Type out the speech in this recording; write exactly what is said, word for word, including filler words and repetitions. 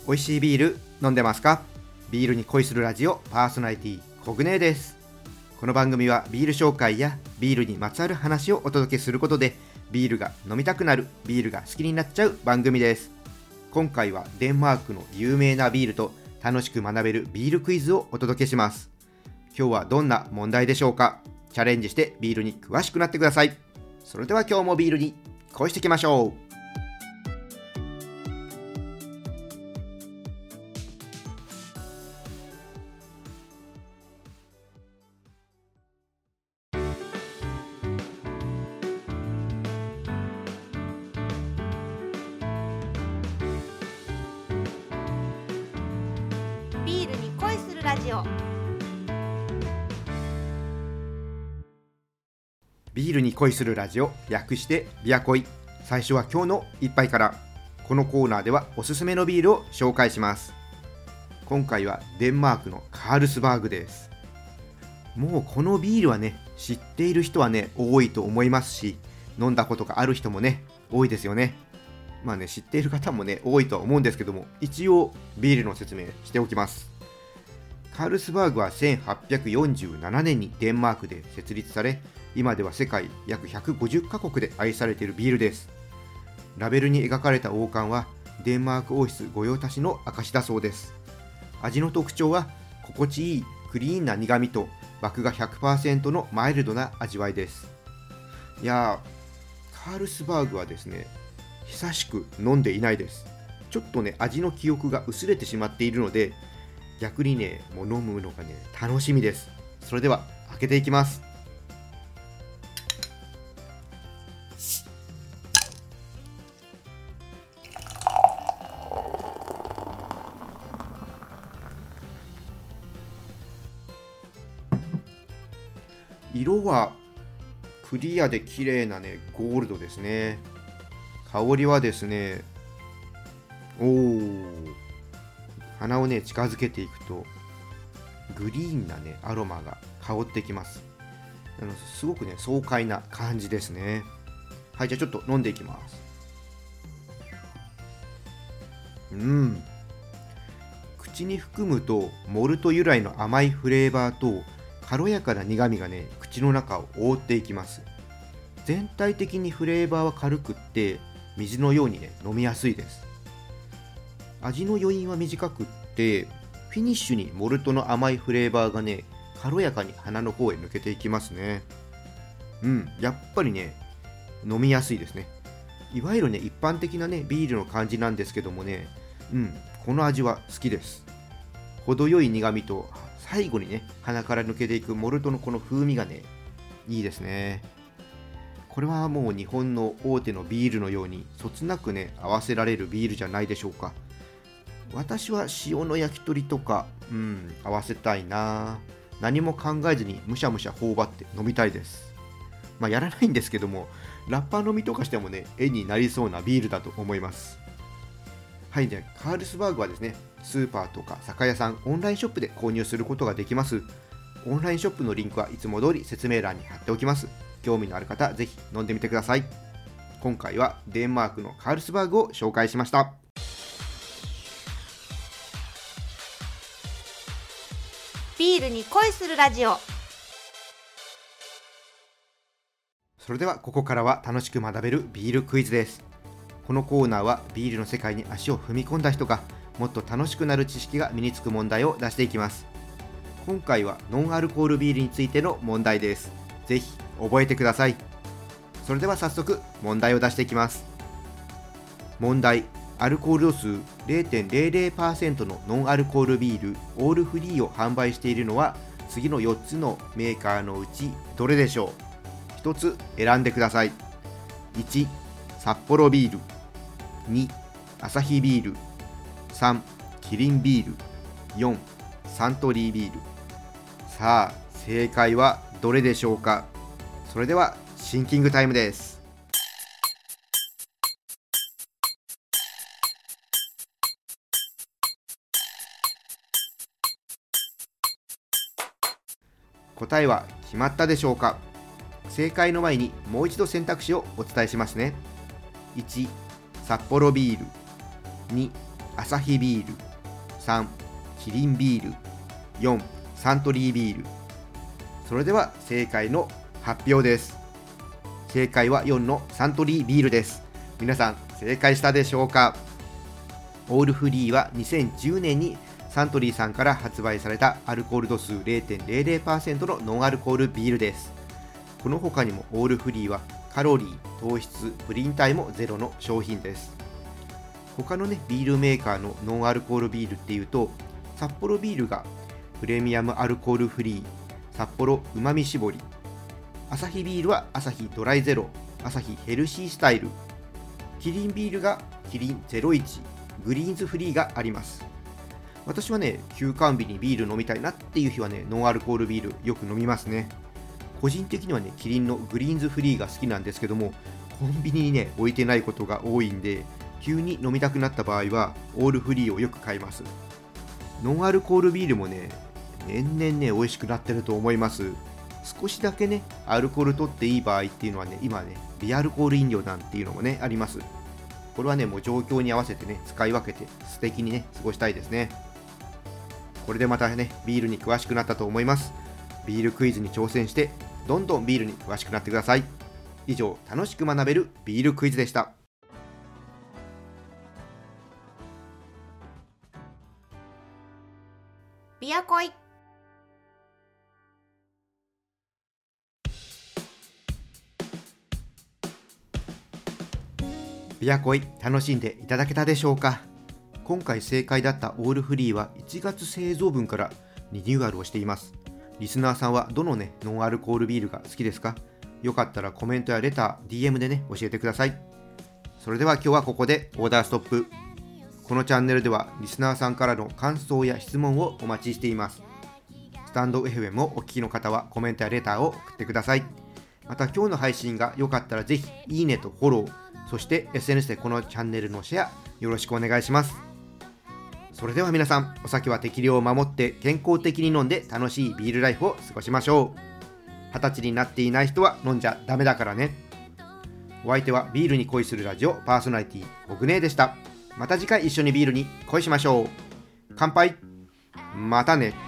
美味しいビール飲んでますか？ビールに恋するラジオパーソナリティコグネです。この番組はビール紹介やビールにまつわる話をお届けすることで、ビールが飲みたくなる、ビールが好きになっちゃう番組です。今回はデンマークの有名なビールと楽しく学べるビールクイズをお届けします。今日はどんな問題でしょうか？チャレンジしてビールに詳しくなってください。それでは今日もビールに恋していきましょう。 ビールに恋するラジオ。 ビールに恋するラジオ、略してビア恋。最初は今日の一杯から。このコーナーではおすすめのビールを紹介します。今回はデンマークのカールスバーグです。もうこのビールはね、知っている人はね多いと思いますし、飲んだことがある人もね多いですよね。まあね、知っている方もね多いとは思うんですけども、一応ビールの説明しておきます。カールスバーグはせんはっぴゃくよんじゅうななねんにデンマークで設立され、今では世界約ひゃくごじゅっかこくで愛されているビールです。ラベルに描かれた王冠はデンマーク王室御用達の証だそうです。味の特徴は心地いいクリーンな苦味と麦芽 ひゃくパーセント のマイルドな味わいです。いやー、カールスバーグはですね、久しく飲んでいないです。ちょっとね味の記憶が薄れてしまっているので、逆にねもう飲むのがね楽しみです。それでは開けていきます。色はクリアで綺麗なねゴールドですね。香りはですね、おー、鼻をね近づけていくとグリーンなねアロマが香ってきます。あのすごくね爽快な感じですね。はい、じゃあちょっと飲んでいきます。うん、口に含むとモルト由来の甘いフレーバーと軽やかな苦味がね口の中を覆っていきます。全体的にフレーバーは軽くって水のようにね飲みやすいです。味の余韻は短くって、フィニッシュにモルトの甘いフレーバーがね軽やかに鼻の方へ抜けていきますね。うん、やっぱりね飲みやすいですね。いわゆるね一般的なねビールの感じなんですけどもね、うん、この味は好きです。程よい苦味と最後にね鼻から抜けていくモルトのこの風味がねいいですね。これはもう日本の大手のビールのようにそつなくね合わせられるビールじゃないでしょうか。私は塩の焼き鳥とか、うん、合わせたいな。何も考えずにむしゃむしゃ頬張って飲みたいです。まあやらないんですけども、ラッパ飲みとかしてもね絵になりそうなビールだと思います。はい、じゃあカールスバーグはですね、スーパーとか酒屋さん、オンラインショップで購入することができます。オンラインショップのリンクはいつも通り説明欄に貼っておきます。興味のある方、ぜひ飲んでみてください。今回はデンマークのカールスバーグを紹介しました。 ビールに恋するラジオ。 それではここからは楽しく学べるビールクイズです。このコーナーはビールの世界に足を踏み込んだ人がもっと楽しくなる知識が身につく問題を出していきます。今回はノンアルコールビールについての問題です。ぜひ覚えてください。それでは早速問題を出していきます。問題。アルコール度数 ゼロてんゼロゼロパーセント のノンアルコールビールオールフリーを販売しているのは次のよっつのメーカーのうちどれでしょう？ひとつ選んでください。いち、札幌ビール。に、アサヒビール。さん、キリンビール。よん、サントリービール。さあ正解はどれでしょうか？それではシンキングタイムです。答えは決まったでしょうか？正解の前にもう一度選択肢をお伝えしますね。いち、札幌ビール。に、 アサヒビール、さんキリンビール、よんサントリービール。それでは正解の発表です。正解はよんのサントリービールです。皆さん正解したでしょうか。オールフリーはにせんじゅうねんにサントリーさんから発売されたアルコール度数 ゼロてんゼロゼロパーセント のノンアルコールビールです。この他にもオールフリーはカロリー、糖質、プリン体もゼロの商品です。他のねビールメーカーのノンアルコールビールっていうと、札幌ビールがプレミアムアルコールフリー、札幌うまみしぼり、アサヒビールはアサヒドライゼロ、アサヒヘルシースタイル、キリンビールがキリンゼロイチ、グリーンズフリーがあります。私はね、休館日にビール飲みたいなっていう日はね、ノンアルコールビールよく飲みますね。個人的にはね、キリンのグリーンズフリーが好きなんですけども、コンビニにね、置いてないことが多いんで、急に飲みたくなった場合は、オールフリーをよく買います。ノンアルコールビールもね、年々ね、美味しくなってると思います。少しだけね、アルコール取っていい場合っていうのはね、今ね、微アルコール飲料なんていうのもね、あります。これはね、もう状況に合わせてね、使い分けて素敵にね、過ごしたいですね。これでまたね、ビールに詳しくなったと思います。ビールクイズに挑戦して、どんどんビールに詳しくなってください。以上、楽しく学べるビールクイズでした。 ビアコイ。 ビアコイ楽しんでいただけたでしょうか。今回正解だったオールフリーはいちがつ製造分からリニューアルをしています。リスナーさんはどのねノンアルコールビールが好きですか？よかったらコメントやレター、ディーエム でね教えてください。それでは今日はここでオーダーストップ。このチャンネルではリスナーさんからの感想や質問をお待ちしています。スタンド エフエム をお聞きの方はコメントやレターを送ってください。また今日の配信が良かったらぜひいいねとフォロー、そして エスエヌエス でこのチャンネルのシェアよろしくお願いします。それでは皆さん、お酒は適量を守って健康的に飲んで楽しいビールライフを過ごしましょう。はたちになっていない人は飲んじゃダメだからね。お相手はビールに恋するラジオパーソナリティコグネでした。また次回一緒にビールに恋しましょう。乾杯。またね。